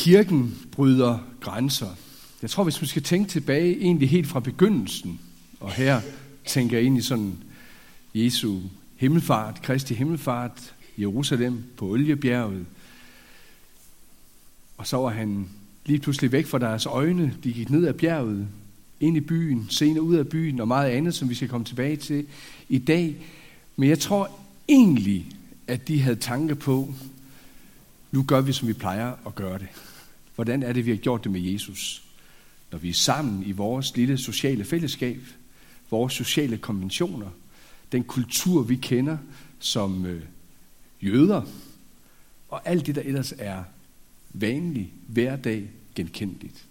Kirken bryder grænser. Jeg tror, hvis man skal tænke tilbage egentlig helt fra begyndelsen, og her tænker jeg ind i sådan Jesu himmelfart, Kristi himmelfart, Jerusalem på Oliebjerget, og så var han lige pludselig væk fra deres øjne. De gik ned ad bjerget, ind i byen, senere ud af byen, og meget andet, som vi skal komme tilbage til i dag. Men jeg tror egentlig, at de havde tanke på, nu gør vi, som vi plejer at gøre det. Hvordan er det, vi har gjort det med Jesus? Når vi er sammen i vores lille sociale fællesskab, vores sociale konventioner, den kultur, vi kender som jøder, og alt det, der ellers er vanlig, hverdag, genkendeligt.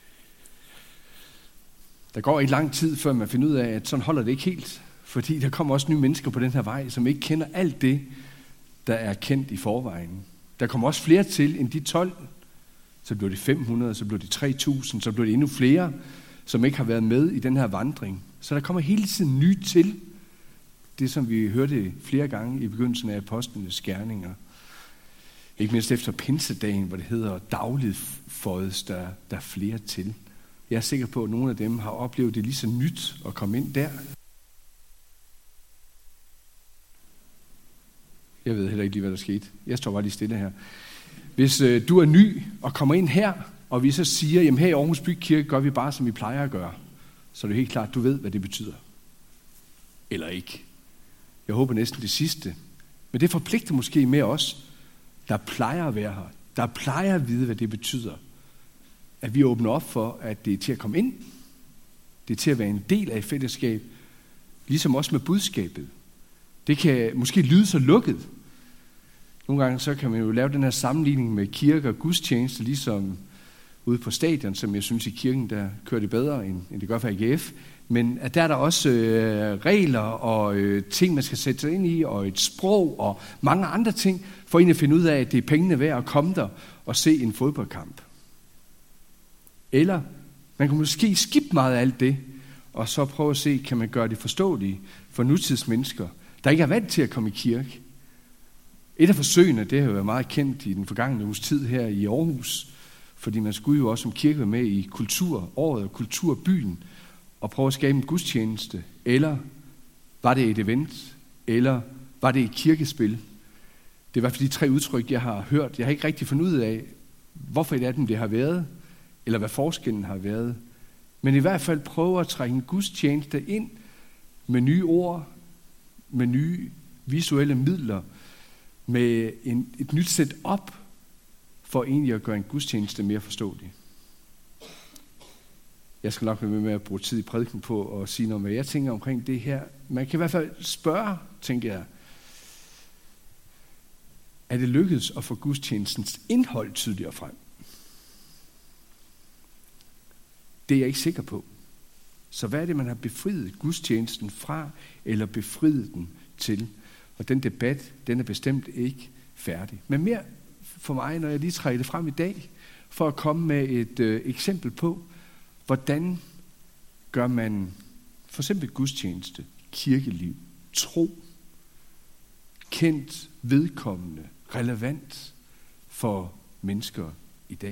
Der går ikke lang tid, før man finder ud af, at sådan holder det ikke helt, fordi der kommer også nye mennesker på den her vej, som ikke kender alt det, der er kendt i forvejen. Der kommer også flere til end de 12. Så blev det 500, så blev det 3000, så blev det endnu flere, som ikke har været med i den her vandring. Så der kommer hele tiden nyt til. Det, som vi hørte flere gange i begyndelsen af apostlenes gerninger. Ikke mindst efter pinsedagen, hvor det hedder, dagligt føjes der flere til. Jeg er sikker på, at nogle af dem har oplevet det lige så nyt at komme ind der. Jeg ved heller ikke lige, hvad der skete. Jeg står bare lige stille her. Hvis du er ny og kommer ind her, og vi så siger, jamen her i Aarhus Bykirke gør vi bare, som vi plejer at gøre, så er det helt klart, at du ved, hvad det betyder. Eller ikke. Jeg håber næsten det sidste. Men det forpligter måske med os, der plejer at være her, der plejer at vide, hvad det betyder. At vi åbner op for, at det er til at komme ind. Det er til at være en del af et fællesskab, ligesom også med budskabet. Det kan måske lyde så lukket. Nogle gange så kan man jo lave den her sammenligning med kirke og gudstjeneste, ligesom ude på stadion, som jeg synes i kirken, der kører det bedre, end det gør for AGF. Men at der er der også regler og ting, man skal sætte sig ind i, og et sprog og mange andre ting, for en at finde ud af, at det er pengene værd at komme der og se en fodboldkamp. Eller man kan måske skippe meget af alt det, og så prøve at se, kan man gøre det forståeligt for nutidsmennesker, der ikke er vant til at komme i kirke. Et af forsøgene, det har jo været meget kendt i den forgangne uges tid her i Aarhus, fordi man skulle jo også som kirke være med i kulturåret og kulturbyen, og prøve at skabe en gudstjeneste, eller var det et event, eller var det et kirkespil? Det er i hvert fald de 3 udtryk, jeg har hørt. Jeg har ikke rigtig fundet ud af, hvorfor det har været, eller hvad forskellen har været. Men i hvert fald prøve at trække en gudstjeneste ind med nye ord, med nye visuelle midler, med et nyt sæt op for egentlig at gøre en gudstjeneste mere forståelig. Jeg skal nok være med at bruge tid i prædiken på at sige noget, hvad jeg tænker omkring det her. Man kan i hvert fald spørge, tænker jeg, er det lykkedes at få gudstjenestens indhold tydeligere frem? Det er jeg ikke sikker på. Så hvad er det, man har befriet gudstjenesten fra, eller befriet den til? Og den debat, den er bestemt ikke færdig. Men mere for mig, når jeg lige trækker det frem i dag, for at komme med et eksempel på, hvordan gør man for eksempel gudstjeneste, kirkeliv, tro, kendt, vedkommende, relevant for mennesker i dag.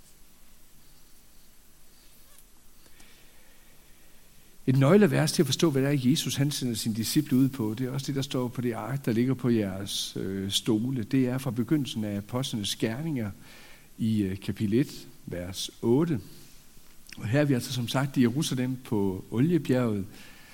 Et nøglevers til at forstå, hvad der er Jesus, han sender sine disciple ud på, det er også det, der står på det ark, der ligger på jeres stole. Det er fra begyndelsen af apostlenes gerninger i kapitel 1, vers 8. Og her er vi altså som sagt i Jerusalem på Oliebjerget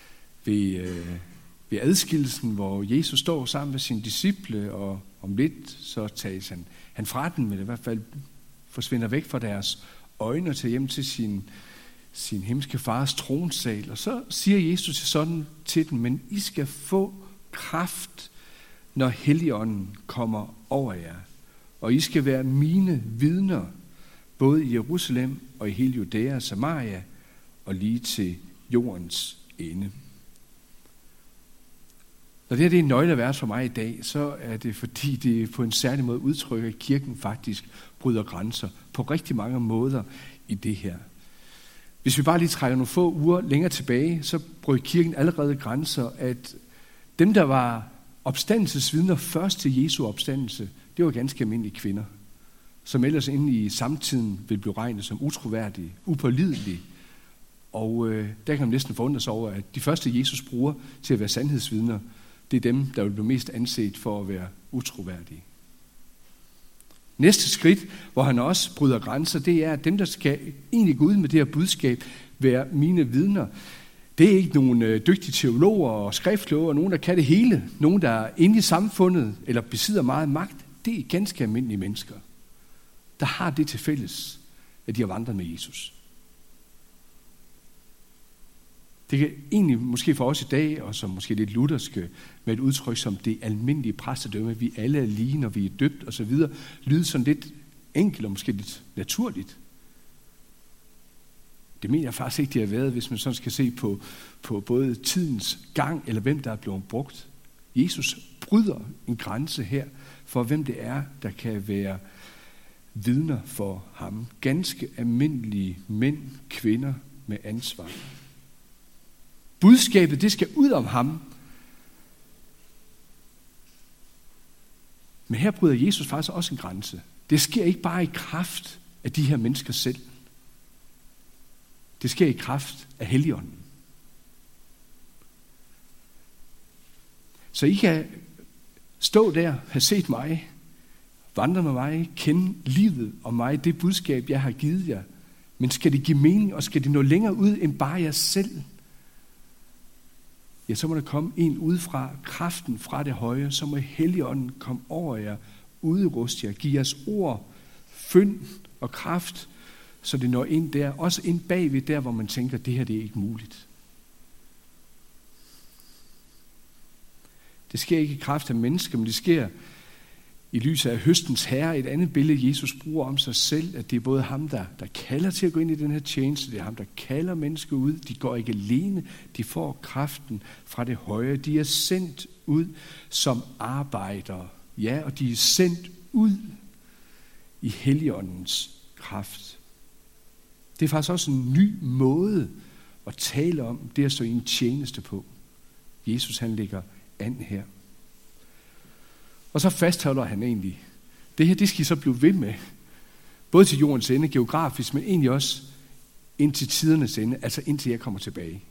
ved adskillelsen, hvor Jesus står sammen med sine disciple, og om lidt så tages han fra den, men i hvert fald forsvinder væk fra deres øjne og tager hjem til sin himmelske fars tronsal. Og så siger Jesus sådan til dem, men I skal få kraft, når Helligånden kommer over jer. Og I skal være mine vidner, både i Jerusalem og i hele Judæa og Samaria, og lige til jordens ende. Når det her er en nøglevers for mig i dag, så er det fordi, det på en særlig måde udtrykker, at kirken faktisk bryder grænser på rigtig mange måder i det her. Hvis vi bare lige trækker nogle få uger længere tilbage, så brød kirken allerede grænser, at dem, der var opstandelsesvidner først til Jesu opstandelse, det var ganske almindelige kvinder. som ellers inde i samtiden vil blive regnet som utroværdige, upålidelige. Og der kan man næsten forundre sig over, at de første Jesus bruger til at være sandhedsvidner, det er dem, der vil blive mest anset for at være utroværdige. Næste skridt, hvor han også bryder grænser, det er, at dem, der skal egentlig gå ud med det her budskab, være mine vidner. Det er ikke nogen dygtige teologer og skriftkloge, nogen, der kan det hele. Nogen, der er inde i samfundet eller besidder meget magt. Det er ganske almindelige mennesker, der har det til fælles, at de har vandret med Jesus. Det kan egentlig måske for os i dag, og som måske lidt lutherske, med et udtryk som det almindelige præstedømme, vi alle er lige, når vi er døbt osv., lyder sådan lidt enkelt og måske lidt naturligt. Det mener jeg faktisk ikke, det har været, hvis man sådan skal se på både tidens gang, eller hvem der er blevet brugt. Jesus bryder en grænse her, for hvem det er, der kan være vidner for ham. Ganske almindelige mænd, kvinder med ansvar. Budskabet, det skal ud om ham. Men her bryder Jesus faktisk også en grænse. Det sker ikke bare i kraft af de her mennesker selv. Det sker i kraft af Helligånden. Så I kan stå der, have set mig, vandre med mig, kende livet om mig, det budskab, jeg har givet jer. Men skal det give mening, og skal det nå længere ud end bare jer selv? Ja, så må der komme en udefra, kraften fra det høje, så må Helligånden komme over jer, udruste jer, give jeres ord, fynd og kraft, så det når ind der, også ind bagved der, hvor man tænker, det her det er ikke muligt. Det sker ikke i kraft af mennesker, men det sker i lyset af høstens herre, et andet billede, Jesus bruger om sig selv, at det er både ham, der kalder til at gå ind i den her tjeneste, det er ham, der kalder mennesker ud, de går ikke alene, de får kraften fra det høje, de er sendt ud som arbejdere, ja, og de er sendt ud i Helligåndens kraft. Det er faktisk også en ny måde at tale om det at stå i en tjeneste på. Jesus han lægger an her. Og så fastholder han egentlig, det her det skal I så blive ved med, både til jordens ende geografisk, men egentlig også ind til tidernes ende, altså indtil jeg kommer tilbage.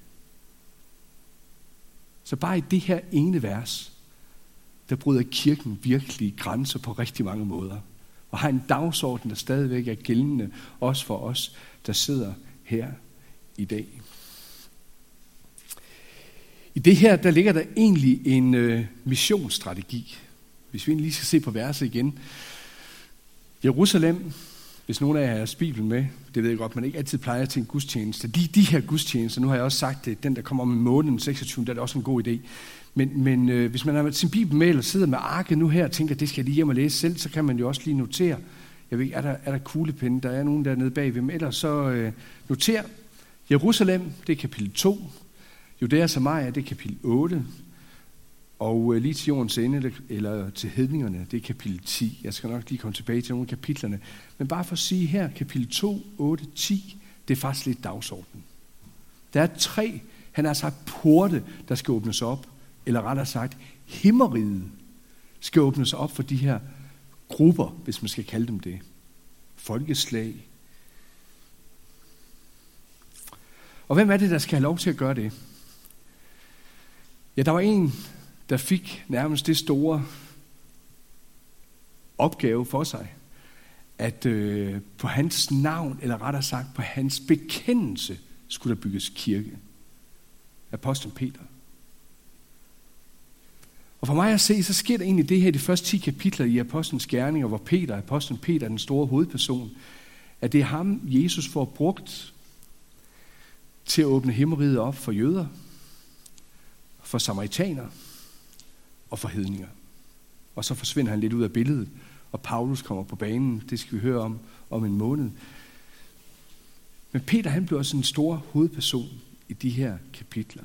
Så bare i det her ene vers, der bryder kirken virkelig grænser på rigtig mange måder, og har en dagsorden, der stadigvæk er gældende, også for os, der sidder her i dag. I det her, der ligger der egentlig en missionsstrategi. Hvis vi lige skal se på verset igen. Jerusalem, hvis nogen af jer har jeres Bibel med, det ved jeg godt, man ikke altid plejer til en gudstjeneste. De her gudstjenester, nu har jeg også sagt det, den der kommer om en måned, den 26. der er det også en god idé. Men hvis man har sin Bibel med, eller sidder med arket nu her, og tænker, det skal jeg lige hjem og læse selv, så kan man jo også lige notere. Jeg ved ikke, er der kuglepinde? Der er nogen dernede bagved, men ellers så noter. Jerusalem, det er kapitel 2. Judæa og Samaria, det er kapitel 8. Og lige til jordens ende, eller til hedningerne, det er kapitel 10. Jeg skal nok lige komme tilbage til nogle af kapitlerne. Men bare for at sige her, kapitel 2, 8, 10, det er faktisk lidt dagsordenen. Der er 3, han har sagt, porte, der skal åbnes op. Eller rettere sagt, himmeriget skal åbnes op for de her grupper, hvis man skal kalde dem det. Folkeslag. Og hvem er det, der skal have lov til at gøre det? Ja, der var en, der fik nærmest det store opgave for sig, at på hans navn, eller rettere sagt på hans bekendelse, skulle der bygges kirke. Apostlen Peter. Og for mig at se, så sker der egentlig det her i de første 10 kapitler i Apostlenes Gerninger, hvor apostlen Peter er den store hovedperson, at det er ham, Jesus får brugt til at åbne himmeriget op for jøder, for samaritanere og for hedninger. Og så forsvinder han lidt ud af billedet, og Paulus kommer på banen. Det skal vi høre om en måned. Men Peter, han bliver også en stor hovedperson i de her kapitler.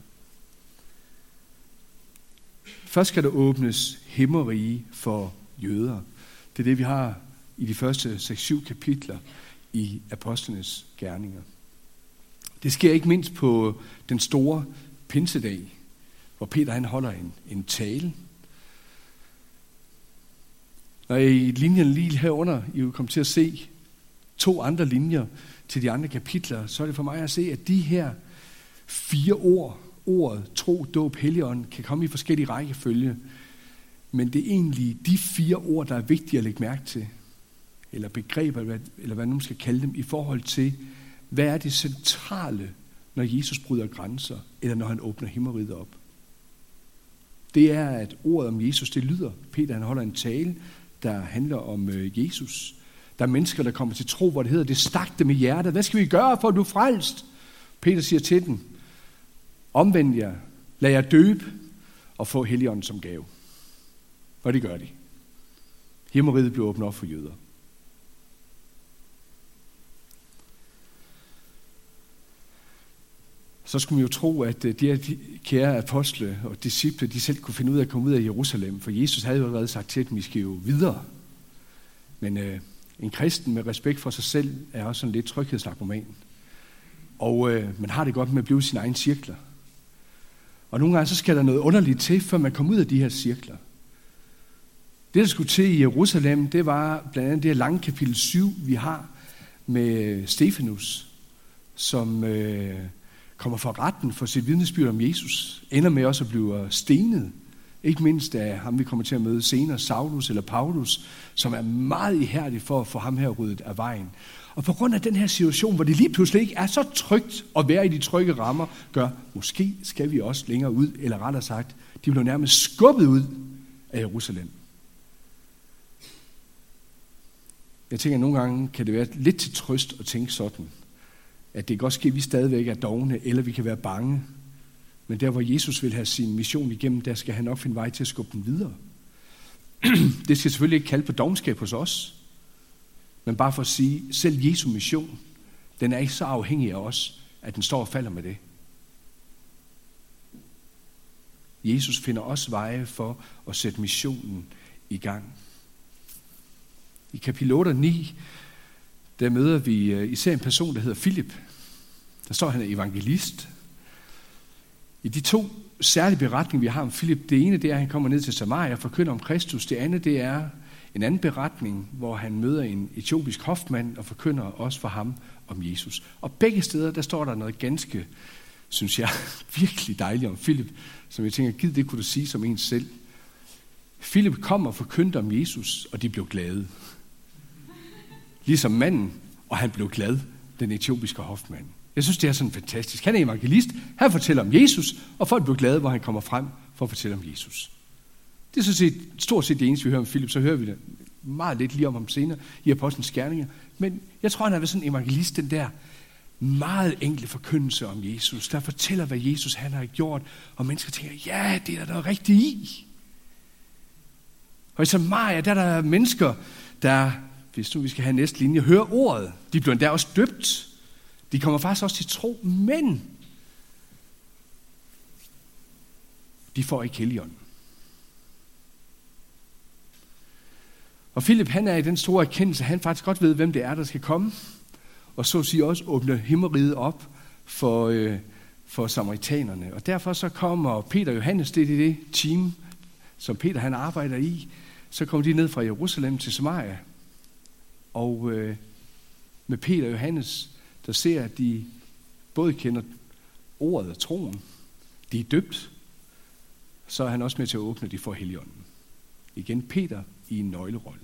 Først skal der åbnes himmerige for jøder. Det er det, vi har i de første 6-7 kapitler i Apostlenes Gerninger. Det sker ikke mindst på den store pinsedag, hvor Peter han holder en tale. Når I linjen lige herunder, I vil komme til at se 2 andre linjer til de andre kapitler, så er det for mig at se, at de her 4 ord, ordet, tro, dåb, helligånd, kan komme i forskellige rækkefølge. Men det er egentlig de 4 ord, der er vigtige at lægge mærke til, eller begreber, eller hvad man skal kalde dem, i forhold til, hvad er det centrale, når Jesus bryder grænser, eller når han åbner himmeriget op. Det er, at ordet om Jesus, det lyder. Peter, han holder en tale, der handler om Jesus. Der er mennesker, der kommer til tro, hvor det hedder, det stak dem i hjertet. Hvad skal vi gøre, for at du er frelst? Peter siger til dem, omvend jer, lad jer døbe og få Helligånden som gave. Og det gør de. Himmeriget bliver åbnet op for jøder. Så skulle man jo tro, at de her kære apostle og disciple, de selv kunne finde ud af at komme ud af Jerusalem, for Jesus havde jo allerede sagt til dem, vi skal jo videre. Men en kristen med respekt for sig selv er også sådan lidt tryghedsnarkoman. Og man har det godt med at blive i sine egne cirkler. Og nogle gange så skal der noget underligt til, før man kommer ud af de her cirkler. Det, der skulle til i Jerusalem, det var blandt andet det her lange kapitel 7, vi har med Stefanus, som kommer for retten for sit vidnesbyrd om Jesus, ender med også at blive stenet. Ikke mindst af ham, vi kommer til at møde senere, Saulus eller Paulus, som er meget ihærdig for at få ham her ryddet af vejen. Og på grund af den her situation, hvor det lige pludselig ikke er så trygt at være i de trygge rammer, gør, måske skal vi også længere ud, eller rettere sagt, de blev nærmest skubbet ud af Jerusalem. Jeg tænker, at nogle gange kan det være lidt til trøst at tænke sådan, at det kan godt ske, at vi stadigvæk er dovne, eller vi kan være bange. Men der, hvor Jesus vil have sin mission igennem, der skal han nok finde vej til at skubbe den videre. Det skal selvfølgelig ikke kalde på dovenskab hos os, men bare for at sige, selv Jesu mission, den er ikke så afhængig af os, at den står og falder med det. Jesus finder også veje for at sætte missionen i gang. I kapitel 8 og 9, der møder vi især en person, der hedder Filip. Der står, han er evangelist. I de 2 særlige beretninger, vi har om Filip, det ene det er, at han kommer ned til Samaria og forkynder om Kristus. Det andet det er en anden beretning, hvor han møder en etiopisk hofmand og forkynder også for ham om Jesus. Og begge steder, der står der noget ganske, synes jeg, virkelig dejligt om Filip, som jeg tænker, gid det kunne du sige som en selv. Filip kom og forkyndte om Jesus, og de blev glade. Ligesom manden, og han blev glad, den etiopiske hofmand. Jeg synes, det er sådan fantastisk. Han er evangelist, han fortæller om Jesus, og folk bliver glade, hvor han kommer frem for at fortælle om Jesus. Det er så set, stort set det eneste, vi hører om Filip, så hører vi det meget lidt lige om ham senere i Apostlenes Gerninger. Men jeg tror, han er sådan en evangelist, den der meget enkle forkyndelse om Jesus, der fortæller, hvad Jesus han har gjort, og mennesker tænker, ja, det er der noget rigtigt i. Og i Samaria, der er der mennesker, der, hvis nu vi skal have næste linje, hører ordet. De bliver endda også døbt. De kommer faktisk også til tro, men de får ikke Helligånden. Og Filip, han er i den store erkendelse, han faktisk godt ved, hvem det er, der skal komme. Og så at sige også åbne himmeriget op for samaritanerne. Og derfor så kommer Peter og Johannes, det er det team, som Peter han arbejder i. Så kommer de ned fra Jerusalem til Samaria. Og med Peter og Johannes, der ser, at de både kender ordet og troen. De er døbt. Så er han også med til at åbne, de får Helligånden. Igen Peter i en nøglerolle.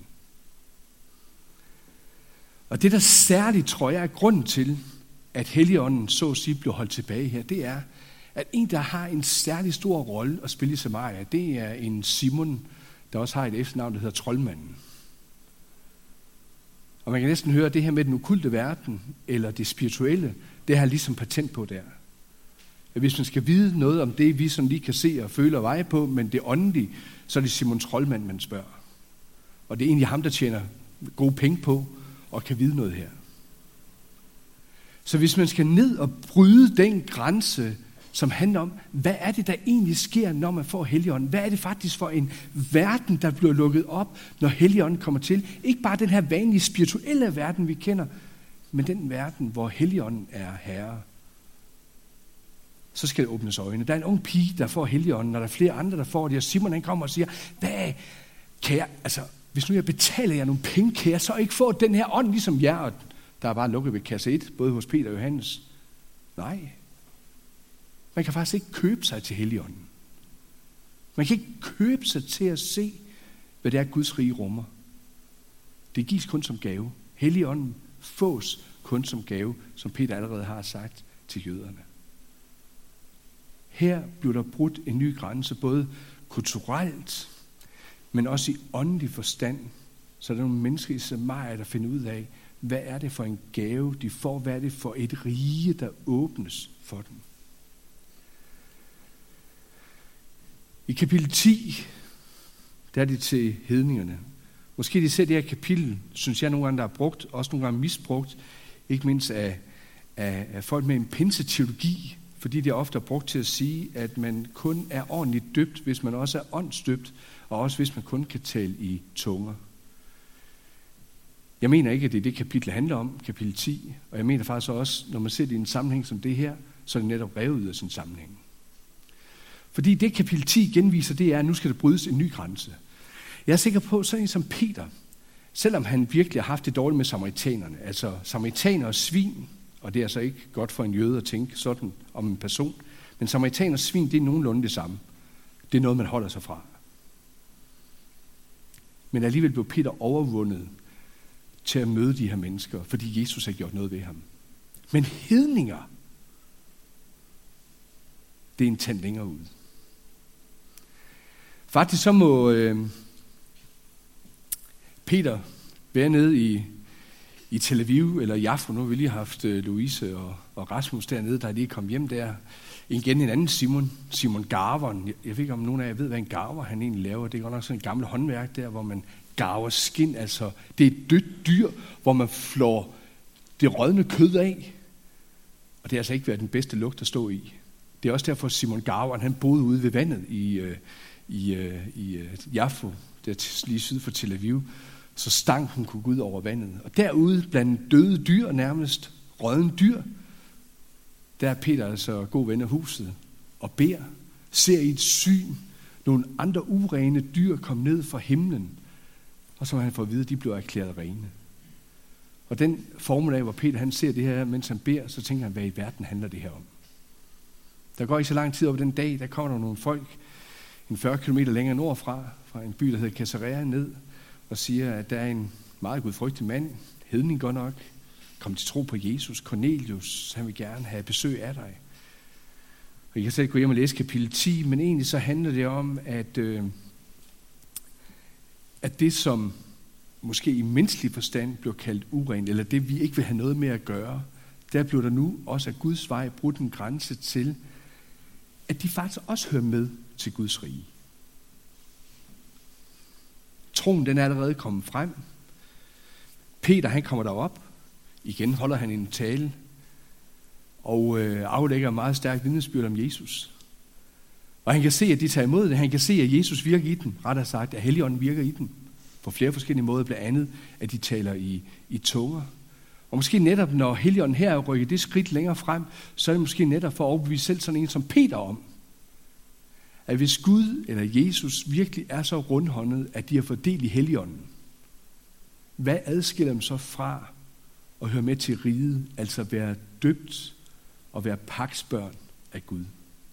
Og det, der særligt, tror jeg, er grunden til, at Helligånden så at sige blev holdt tilbage her, det er, at en, der har en særlig stor rolle at spille i Samaria, det er en Simon, der også har et efternavn, der hedder Troldmanden. Og man kan næsten høre, at det her med den okulte verden, eller det spirituelle, det har ligesom patent på der. Hvis man skal vide noget om det, vi sådan lige kan se og føle og veje på, men det åndelige, så er det Simon Troldmand, man spørger. Og det er egentlig ham, der tjener gode penge på, og kan vide noget her. Så hvis man skal ned og bryde den grænse, som handler om, hvad er det, der egentlig sker, når man får Helligånden? Hvad er det faktisk for en verden, der bliver lukket op, når Helligånden kommer til? Ikke bare den her vanlige spirituelle verden, vi kender, men den verden, hvor Helligånden er herre. Så skal det åbnes øjne. Der er en ung pige, der får Helligånden, og der er flere andre, der får det. Og Simon han kommer og siger, hvad kan jeg, hvis nu jeg betaler jer nogle penge, kan jeg så ikke få den her ånd ligesom jer? Og der er bare lukket ved kasse 1, både hos Peter og Johannes. Nej. Man kan faktisk ikke købe sig til Helligånden. Man kan ikke købe sig til at se, hvad det er, Guds rige rummer. Det gives kun som gave. Helligånden fås kun som gave, som Peter allerede har sagt til jøderne. Her bliver der brudt en ny grænse, både kulturelt, men også i åndelig forstand. Så der er nogle mennesker i Samaria, der finder ud af, hvad er det for en gave, de får? Hvad er det for et rige, der åbnes for dem? I kapitel 10, der er det til hedningerne. Måske de ser det her kapitel, synes jeg nogle gange, der er brugt, også nogle gange misbrugt, ikke mindst af folk med en pinseteologi, fordi det er ofte brugt til at sige, at man kun er ordentligt døbt, hvis man også er åndsdøbt, og også hvis man kun kan tale i tunger. Jeg mener ikke, at det er det kapitel handler om, kapitel 10, og jeg mener faktisk også, når man ser det i en sammenhæng som det her, så er det netop revet ud af sin sammenhæng. Fordi det kapitel 10 genviser, det er, at nu skal der brydes en ny grænse. Jeg er sikker på, sådan en som Peter, selvom han virkelig har haft det dårligt med samaritanerne, altså samaritaner og svin, og det er altså ikke godt for en jøde at tænke sådan om en person, men samaritaner og svin, det er nogenlunde det samme. Det er noget, man holder sig fra. Men alligevel blev Peter overvundet til at møde de her mennesker, fordi Jesus har gjort noget ved ham. Men hedninger, det er en tand længere ud. Faktisk så må Peter være nede i Tel Aviv, eller i Jaffa. Nu har vi lige haft Louise og Rasmus dernede, der er lige kommet hjem der. Igen en anden Simon Garveren. Jeg ved ikke, om nogen af jer ved, hvad en garver han egentlig laver. Det er godt nok sådan en gammel håndværk der, hvor man garver skind. Altså, det er et dødt dyr, hvor man flår det rådne kød af. Og det har altså ikke været den bedste lugt at stå i. Det er også derfor, Simon Garveren, han boede ude ved vandet i Jaffa, der lige syd for Tel Aviv, så stanken kunne gå ud over vandet. Og derude, blandt døde dyr nærmest, rådne dyr, der er Peter altså god ven af huset og beder, ser i et syn nogle andre urene dyr komme ned fra himlen, og som han får at vide, de bliver erklæret rene. Og den formiddag, hvor Peter han ser det her, mens han beder, så tænker han, hvad i verden handler det her om? Der går ikke så lang tid over den dag, der kommer der nogle folk, en 40 km længere nordfra, fra en by, der hedder Caesarea, ned, og siger, at der er en meget gudfrygtig mand, hedning godt nok, kom til tro på Jesus, Cornelius, han vil gerne have besøg af dig. Og I kan selv gå hjem og læse kapitel 10, men egentlig så handler det om, at det, som måske i menneskelig forstand blev kaldt urent, eller det, vi ikke vil have noget med at gøre, der blev der nu også af Guds vej brudt en grænse til, at de faktisk også hører med til Guds rige. Troen, den er allerede kommet frem. Peter, han kommer derop. Igen holder han en tale og aflægger meget stærkt vidnesbyrd om Jesus. Og han kan se, at de tager imod det. Han kan se, at Jesus virker i dem. Rettere sagt, at Helligånden virker i dem. På flere forskellige måder, blandt andet, at de taler i tunger. Og måske netop, når Helligånden her rykker det skridt længere frem, så er det måske netop for at overbevise selv sådan en som Peter om, at hvis Gud eller Jesus virkelig er så rundhåndet, at de har fået del i Helligånden, hvad adskiller dem så fra at høre med til riget, altså være døbt og være paksbørn af Gud?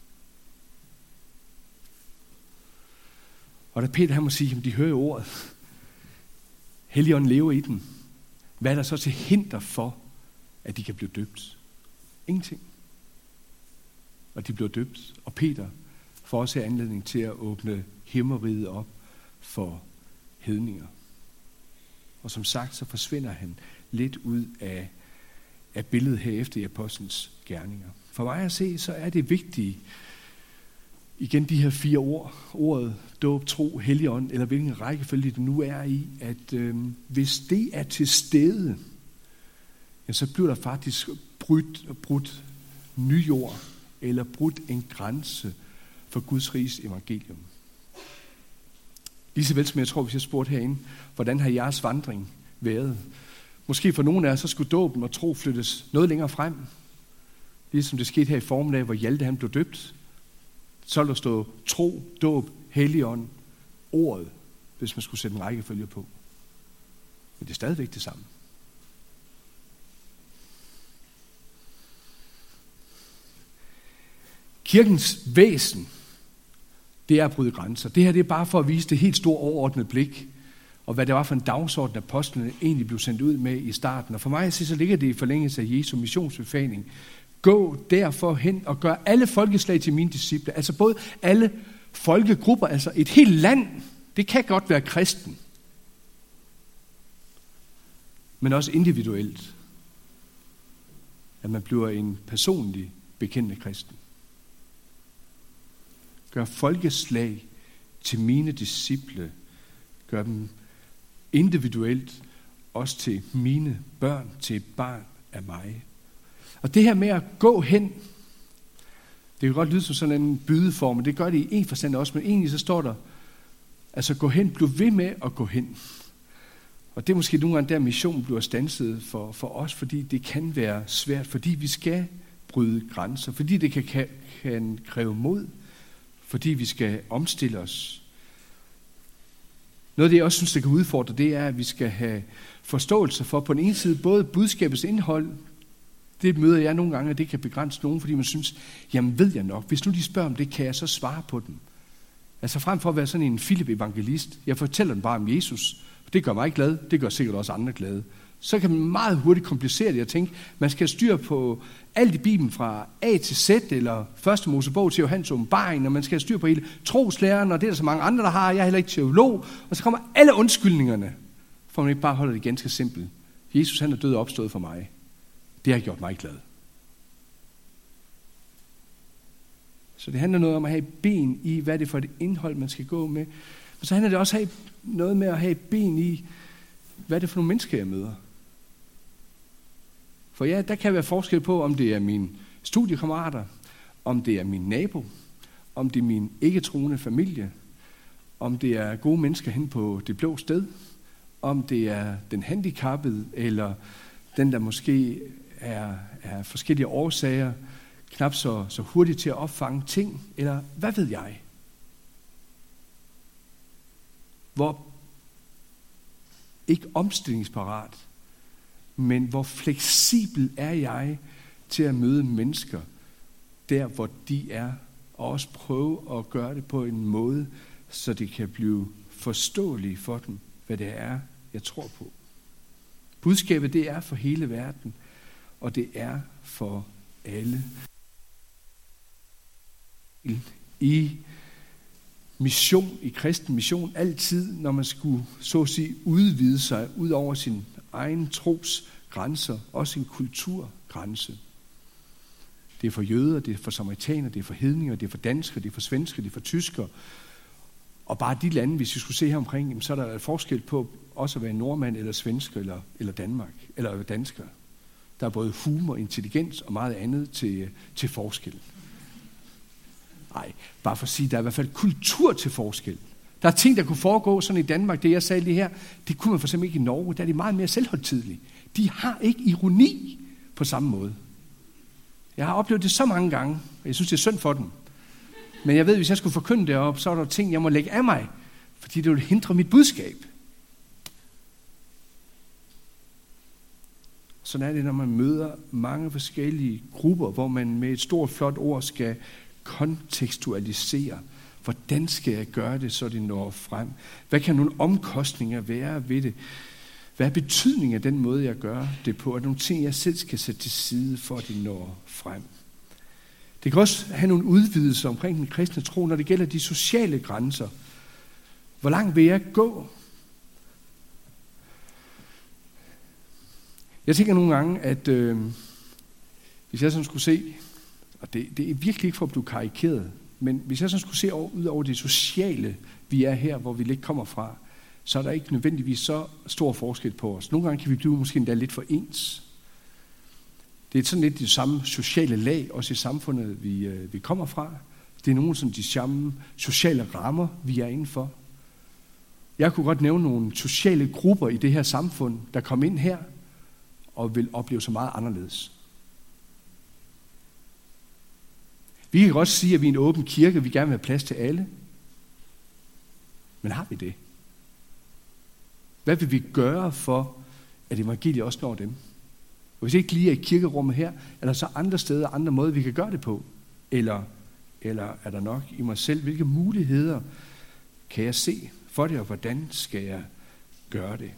Og da Peter han må sige, at de hører ordet, Helligånden lever i dem, hvad er der så til hinder for, at de kan blive døbt? Ingenting. Og de bliver døbt, og Peter får også anledning til at åbne himmeriget op for hedninger. Og som sagt, så forsvinder han lidt ud af billedet herefter i apostlens gerninger. For mig at se, så er det vigtigt, igen de her 4 ord, ordet, dåb, tro, Helligånd, eller hvilken rækkefølge det nu er i, at hvis det er til stede, ja, så bliver der faktisk brudt ny jord, eller brudt en grænse for Guds riges evangelium. Lige så vel som jeg tror, hvis jeg spurgte herinde, hvordan har jeres vandring været? Måske for nogle af os, så skulle dåben og tro flyttes noget længere frem. Ligesom det skete her i formiddag, hvor Hjalte han blev døbt. Så vil der stå tro, dåb, Helligånd, ordet. hvis man skulle sætte en rækkefølge på. Men det er stadigvæk det samme. Kirkens væsen, det er at bryde grænser. Det her det er bare for at vise det helt store overordnede blik, og hvad det var for en dagsorden, apostlene egentlig blev sendt ud med i starten. Og for mig så ligger det i forlængelse af Jesu missionsbefaling. Gå derfor hen og gør alle folkeslag til mine disciple. Altså både alle folkegrupper, altså et helt land, det kan godt være kristen. Men også individuelt. At man bliver en personlig bekendende kristen. Gør folkeslag til mine disciple. Gør dem individuelt også til mine børn, til et barn af mig. Og det her med at gå hen, det kan godt lyde som sådan en bydeform, men det gør det i en forstand også, men egentlig så står der, altså gå hen, bliv ved med at gå hen. Og det er måske nogle gange der missionen bliver standset for os, fordi det kan være svært, fordi vi skal bryde grænser, fordi det kan kræve mod, fordi vi skal omstille os. Noget af det, jeg også synes, det kan udfordre, det er, at vi skal have forståelse for på den ene side både budskabets indhold. Det møder jeg nogle gange, at det kan begrænse nogen, fordi man synes, jamen ved jeg nok, hvis nu de spørger om det, kan jeg så svare på dem. Altså frem for at være sådan en Filip-evangelist, jeg fortæller dem bare om Jesus, det gør mig glad, det gør sikkert også andre glade. Så kan man meget hurtigt komplicere det og tænke, man skal styre på alt i Bibelen fra A til Z, eller første Mosebog til Johannes åbenbaring, og man skal styre på hele troslæren, og det er der så mange andre, der har, jeg er heller ikke teolog, og så kommer alle undskyldningerne, for man ikke bare holder det ganske simpelt. Jesus han er død og opstået for mig. Det har gjort mig glad. Så det handler noget om at have ben i, hvad det er for et indhold, man skal gå med. Og så handler det også om noget med at have ben i, hvad det er for nogle mennesker, jeg møder. For ja, der kan være forskel på, om det er mine studiekammerater, om det er min nabo, om det er min ikke-troende familie, om det er gode mennesker hen på det blå sted, om det er den handicappede, eller den, der måske er forskellige årsager, knap så hurtigt til at opfange ting, eller hvad ved jeg? Hvor ikke omstillingsparat, men hvor fleksibel er jeg til at møde mennesker der, hvor de er, og også prøve at gøre det på en måde, så det kan blive forståeligt for dem, hvad det er, jeg tror på. Budskabet, det er for hele verden, og det er for alle. I mission, i kristen mission, altid, når man skulle, så at sige, udvide sig ud over sin egen tros grænser, også sin kulturgrænse. Det er for jøder, det er for samaritaner, det er for hedninger, det er for danskere, det er for svensker, det er for tyskere. Og bare de lande, hvis vi skulle se her omkring, så er der forskel på også at være nordmand eller svensker eller Danmark, eller dansker. Der er både humor, intelligens og meget andet til forskel. Nej, bare for at sige, der er i hvert fald kultur til forskel. Der er ting, der kunne foregå sådan i Danmark, det jeg sagde lige her, det kunne man for eksempel ikke i Norge, der er de meget mere selvhøjtidelige. De har ikke ironi på samme måde. Jeg har oplevet det så mange gange, og jeg synes, det er synd for dem. Men jeg ved, hvis jeg skulle forkynde det op, så er der ting, jeg må lægge af mig, fordi det vil hindre mit budskab. Sådan er det, når man møder mange forskellige grupper, hvor man med et stort, flot ord skal kontekstualisere. Hvordan skal jeg gøre det, så det når frem? Hvad kan nogle omkostninger være ved det? Hvad er betydningen af den måde, jeg gør det på? Er der nogle ting, jeg selv skal sætte til side, for at det når frem? Det kan også have nogle udvidelser omkring den kristne tro, når det gælder de sociale grænser. Hvor langt vil jeg gå? Jeg tænker nogle gange, at hvis jeg sådan skulle se, og det er virkelig ikke for at blive karikeret, men hvis jeg sådan skulle se ud over det sociale, vi er her, hvor vi lidt kommer fra, så er der ikke nødvendigvis så stor forskel på os. Nogle gange kan vi blive måske endda lidt for ens. Det er sådan lidt det samme sociale lag, også i samfundet, vi kommer fra. Det er nogle sådan de samme sociale rammer, vi er indenfor. Jeg kunne godt nævne nogle sociale grupper i det her samfund, der kom ind her, og vil opleve så meget anderledes. Vi kan godt sige, at vi er en åben kirke, vi gerne vil have plads til alle. Men har vi det? Hvad vil vi gøre for, at evangeliet også når dem? Og hvis ikke lige er i kirkerummet her, er der så andre steder, andre måder, vi kan gøre det på? Eller er der nok i mig selv? Hvilke muligheder kan jeg se for det, og hvordan skal jeg gøre det?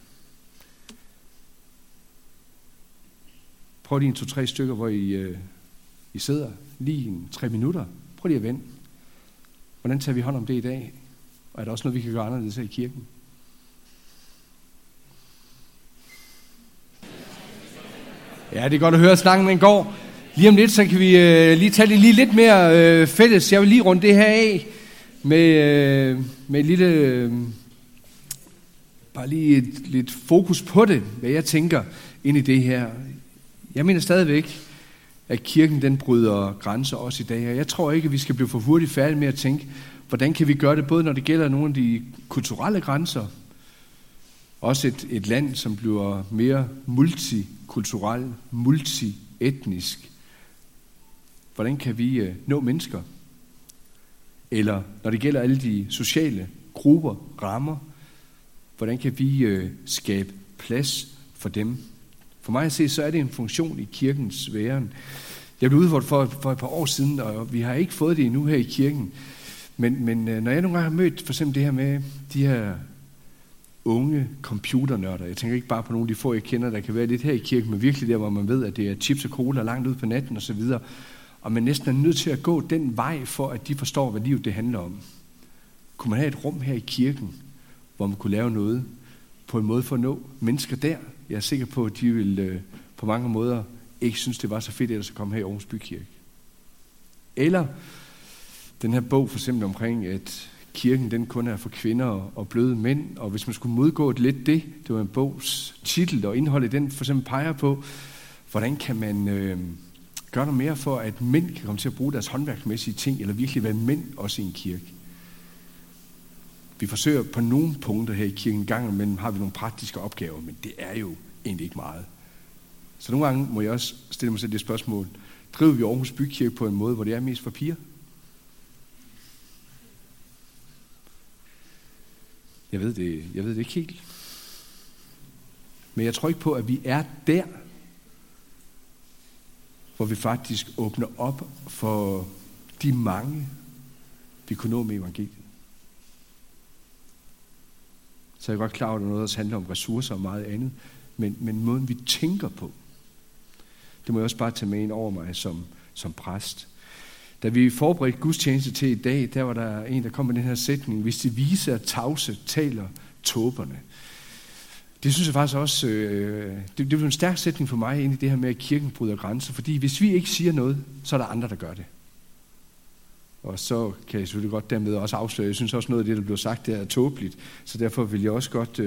Prøv lige 2-3 stykker, hvor I sidder lige 3 minutter. Prøv lige at vende. Hvordan tager vi hånd om det i dag? Og er der også noget, vi kan gøre anderledes her i kirken? Ja, det er godt at høre, at snakken den går. Lige om lidt, så kan vi lige tage det lige lidt mere fælles. Jeg vil lige runde det her af med et lille, bare lige lidt fokus på det, hvad jeg tænker ind i det her. Jeg mener stadigvæk, at kirken den bryder grænser også i dag. Og jeg tror ikke, at vi skal blive for hurtigt færdige med at tænke, hvordan kan vi gøre det, både når det gælder nogle af de kulturelle grænser, også et land, som bliver mere multikulturelt, multietnisk. Hvordan kan vi nå mennesker? Eller når det gælder alle de sociale grupper, rammer, hvordan kan vi skabe plads for dem? For mig at se, så er det en funktion i kirkens væren. Jeg blev udfordret for et par år siden, og vi har ikke fået det endnu her i kirken. Men når jeg nogle gange har mødt for eksempel det her med de her unge computernørder, jeg tænker ikke bare på nogle af de få, jeg kender, der kan være lidt her i kirken, men virkelig der, hvor man ved, at det er chips og cola langt ud på natten og så videre, og man næsten er nødt til at gå den vej, for at de forstår, hvad livet det handler om. Kunne man have et rum her i kirken, hvor man kunne lave noget på en måde for at nå mennesker der? Jeg er sikker på, at de vil på mange måder ikke synes, det var så fedt ellers at komme her i Aarhus Bykirke. Eller den her bog for eksempel omkring, at kirken den kun er for kvinder og bløde mænd, og hvis man skulle modgå lidt det var en bogs titel, og indholdet den for eksempel peger på, hvordan kan man gøre noget mere for, at mænd kan komme til at bruge deres håndværksmæssige ting, eller virkelig være mænd også i en kirke. Vi forsøger på nogle punkter her i kirken en gang imellem, har vi nogle praktiske opgaver, men det er jo egentlig ikke meget. Så nogle gange må jeg også stille mig selv det spørgsmål, driver vi Aarhus Bykirke på en måde, hvor det er mest for piger? Jeg ved det ikke helt. Men jeg tror ikke på, at vi er der, hvor vi faktisk åbner op for de mange, vi kunne nå med evangeliet. Så er jeg godt klar over, at noget også handler om ressourcer og meget andet. Men måden vi tænker på, det må jeg også bare tage med ind over mig som præst. Da vi forberedte gudstjeneste til i dag, der var der en, der kom med den her sætning: hvis de vise er tavse, taler tåberne. Det synes jeg faktisk også, det blev en stærk sætning for mig ind i det her med, at kirken bryder grænser. Fordi hvis vi ikke siger noget, så er der andre, der gør det. Og så kan jeg selvfølgelig godt dermed også afsløre, jeg synes også noget af det, der blev sagt, der er tåbeligt. Så derfor vil jeg også godt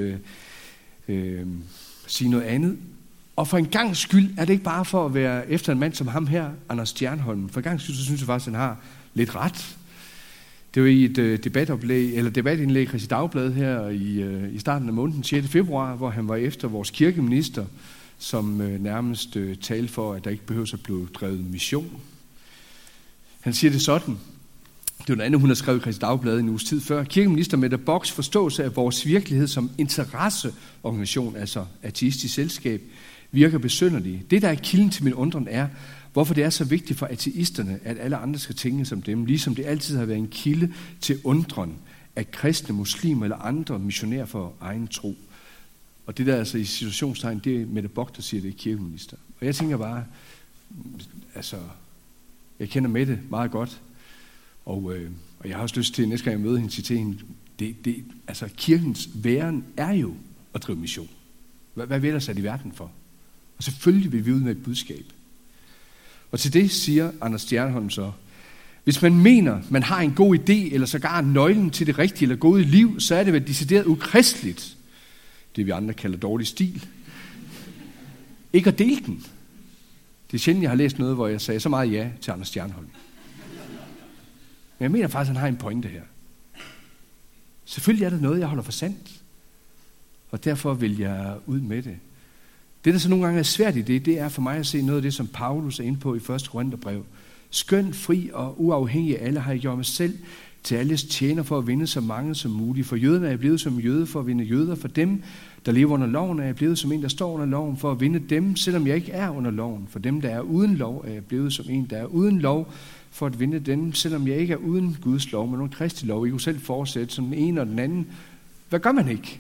sige noget andet. Og for en gangs skyld er det ikke bare for at være efter en mand som ham her, Anders Stjernholm. For en gangs skyld, så synes jeg faktisk, at han har lidt ret. Det var i et debatindlæg i Kristi Dagblad her i starten af måneden, 6. februar, hvor han var efter vores kirkeminister, som nærmest talte for, at der ikke behøver at blive drevet mission. Han siger det sådan. Det var noget andet, hun har skrevet i Kristi Dagblad en uges tid før. Kirkeminister Mette Bocks forståelse af vores virkelighed som interesseorganisation, altså ateistisk selskab, virker besynderlig. Det, der er kilden til min undren, er, hvorfor det er så vigtigt for ateisterne, at alle andre skal tænke som dem, ligesom det altid har været en kilde til undren af kristne, muslimer eller andre missionærer for egen tro. Og det der altså i situationstegn, det er Mette Bock, der siger, det er kirkeminister. Og jeg tænker bare, altså, jeg kender Mette meget godt, og jeg har også lyst til, næste gang jeg møder hende, sige til hende, altså kirkens væren er jo at drive mission. Hvad vil der sat i verden for? Og selvfølgelig vil vi ud med et budskab. Og til det siger Anders Stjernholm så, hvis man mener, man har en god idé, eller sågar nøglen til det rigtige eller gode liv, så er det vel decideret ukristeligt, det vi andre kalder dårlig stil, ikke at dele den. Det er sjældent, jeg har læst noget, hvor jeg sagde så meget ja til Anders Stjernholm. Men jeg mener faktisk, at han har en pointe her. Selvfølgelig er der noget, jeg holder for sandt. Og derfor vil jeg ud med det. Det, der så nogle gange er svært i det er for mig at se noget af det, som Paulus er inde på i 1. Korintherbrev. Skøn, fri og uafhængig af alle har jeg gjort mig selv til alles tjener for at vinde så mange som muligt. For jøderne er jeg blevet som jøde for at vinde jøder. For dem, der lever under loven, er jeg blevet som en, der står under loven for at vinde dem, selvom jeg ikke er under loven. For dem, der er uden lov, er jeg blevet som en, der er uden lov for at vinde dem, selvom jeg ikke er uden Guds lov, men nogen Kristi lov. I kunne selv fortsætte som den ene og den anden. Hvad gør man ikke?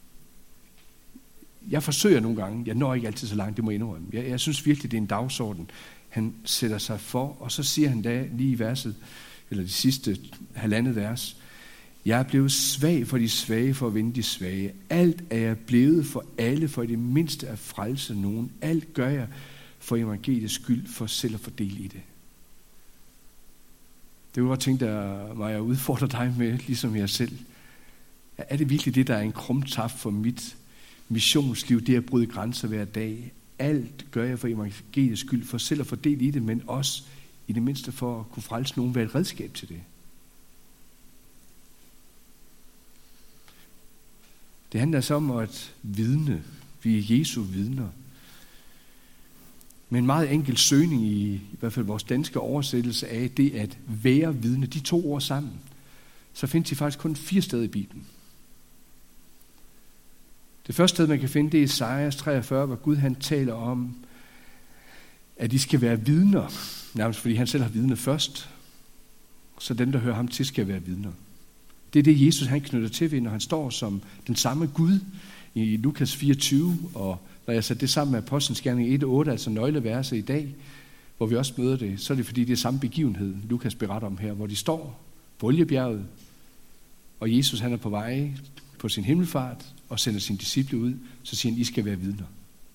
Jeg forsøger nogle gange. Jeg når ikke altid så langt, det må jeg indrømme. Jeg synes virkelig, det er en dagsorden, han sætter sig for. Og så siger han da lige i verset, eller de sidste halvandet vers, jeg er blevet svag for de svage, for at vinde de svage. Alt er jeg blevet for alle, for i det mindste at frelse nogen. Alt gør jeg for evangeliets skyld, for selv at fordele i det. Det kunne godt tænke mig at udfordre dig med, ligesom jeg selv. Er det virkelig det, der er en krumtap for mit missionsliv, det at bryde grænser hver dag? Alt gør jeg for evangeliets skyld, for selv at fordele i det, men også i det mindste for at kunne frelse nogen, være et redskab til det. Det handler altså om at vidne. Vi er Jesu vidner. Med en meget enkel søgning i hvert fald vores danske oversættelse af det at være vidne, de 2 ord sammen, så findes de faktisk kun 4 steder i Bibelen. Det første sted, man kan finde, det er Esajas 43, hvor Gud han taler om, at de skal være vidner, nærmest fordi han selv har vidnet først, så dem, der hører ham til, skal være vidner. Det er det, Jesus han knytter til ved, når han står som den samme Gud i Lukas 24, og når jeg satte det sammen med Apostlenes Gerninger 1:8, altså nøgleverset i dag, hvor vi også møder det, så er det fordi, det er samme begivenhed, Lukas beretter om her, hvor de står på Oliebjerget, og Jesus han er på vej på sin himmelfart og sender sine disciple ud, så siger han, I skal være vidner.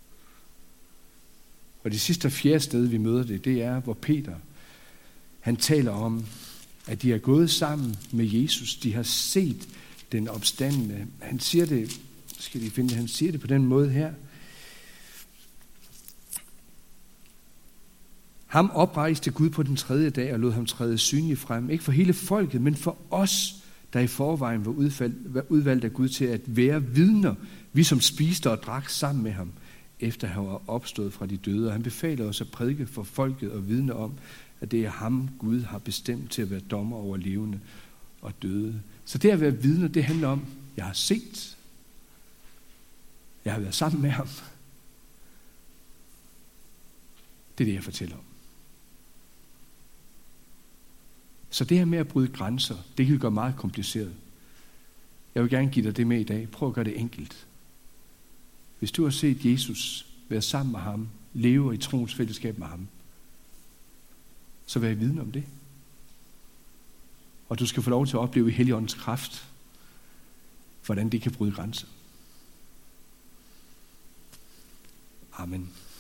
Og det sidste og 4. sted, vi møder det er, hvor Peter, han taler om, at de er gået sammen med Jesus. De har set den opstandende. Han siger det, han siger det på den måde her. Ham oprejste Gud på den 3. dag og lod ham træde synligt frem. Ikke for hele folket, men for os, der i forvejen var udvalgt af Gud til at være vidner. Vi som spiste og drak sammen med ham, efter han var opstået fra de døde. Og han befaler os at prædike for folket og vidne om, at det er ham, Gud har bestemt til at være dommer over levende og døde. Så det at være vidner, det handler om, jeg har set, jeg har været sammen med ham. Det er det, jeg fortæller om. Så det her med at bryde grænser, det kan gøre meget kompliceret. Jeg vil gerne give dig det med i dag. Prøv at gøre det enkelt. Hvis du har set Jesus være sammen med ham, leve i troens fællesskab med ham, så vær vidne om det. Og du skal få lov til at opleve i Helligåndens kraft, hvordan det kan bryde grænser. Amen.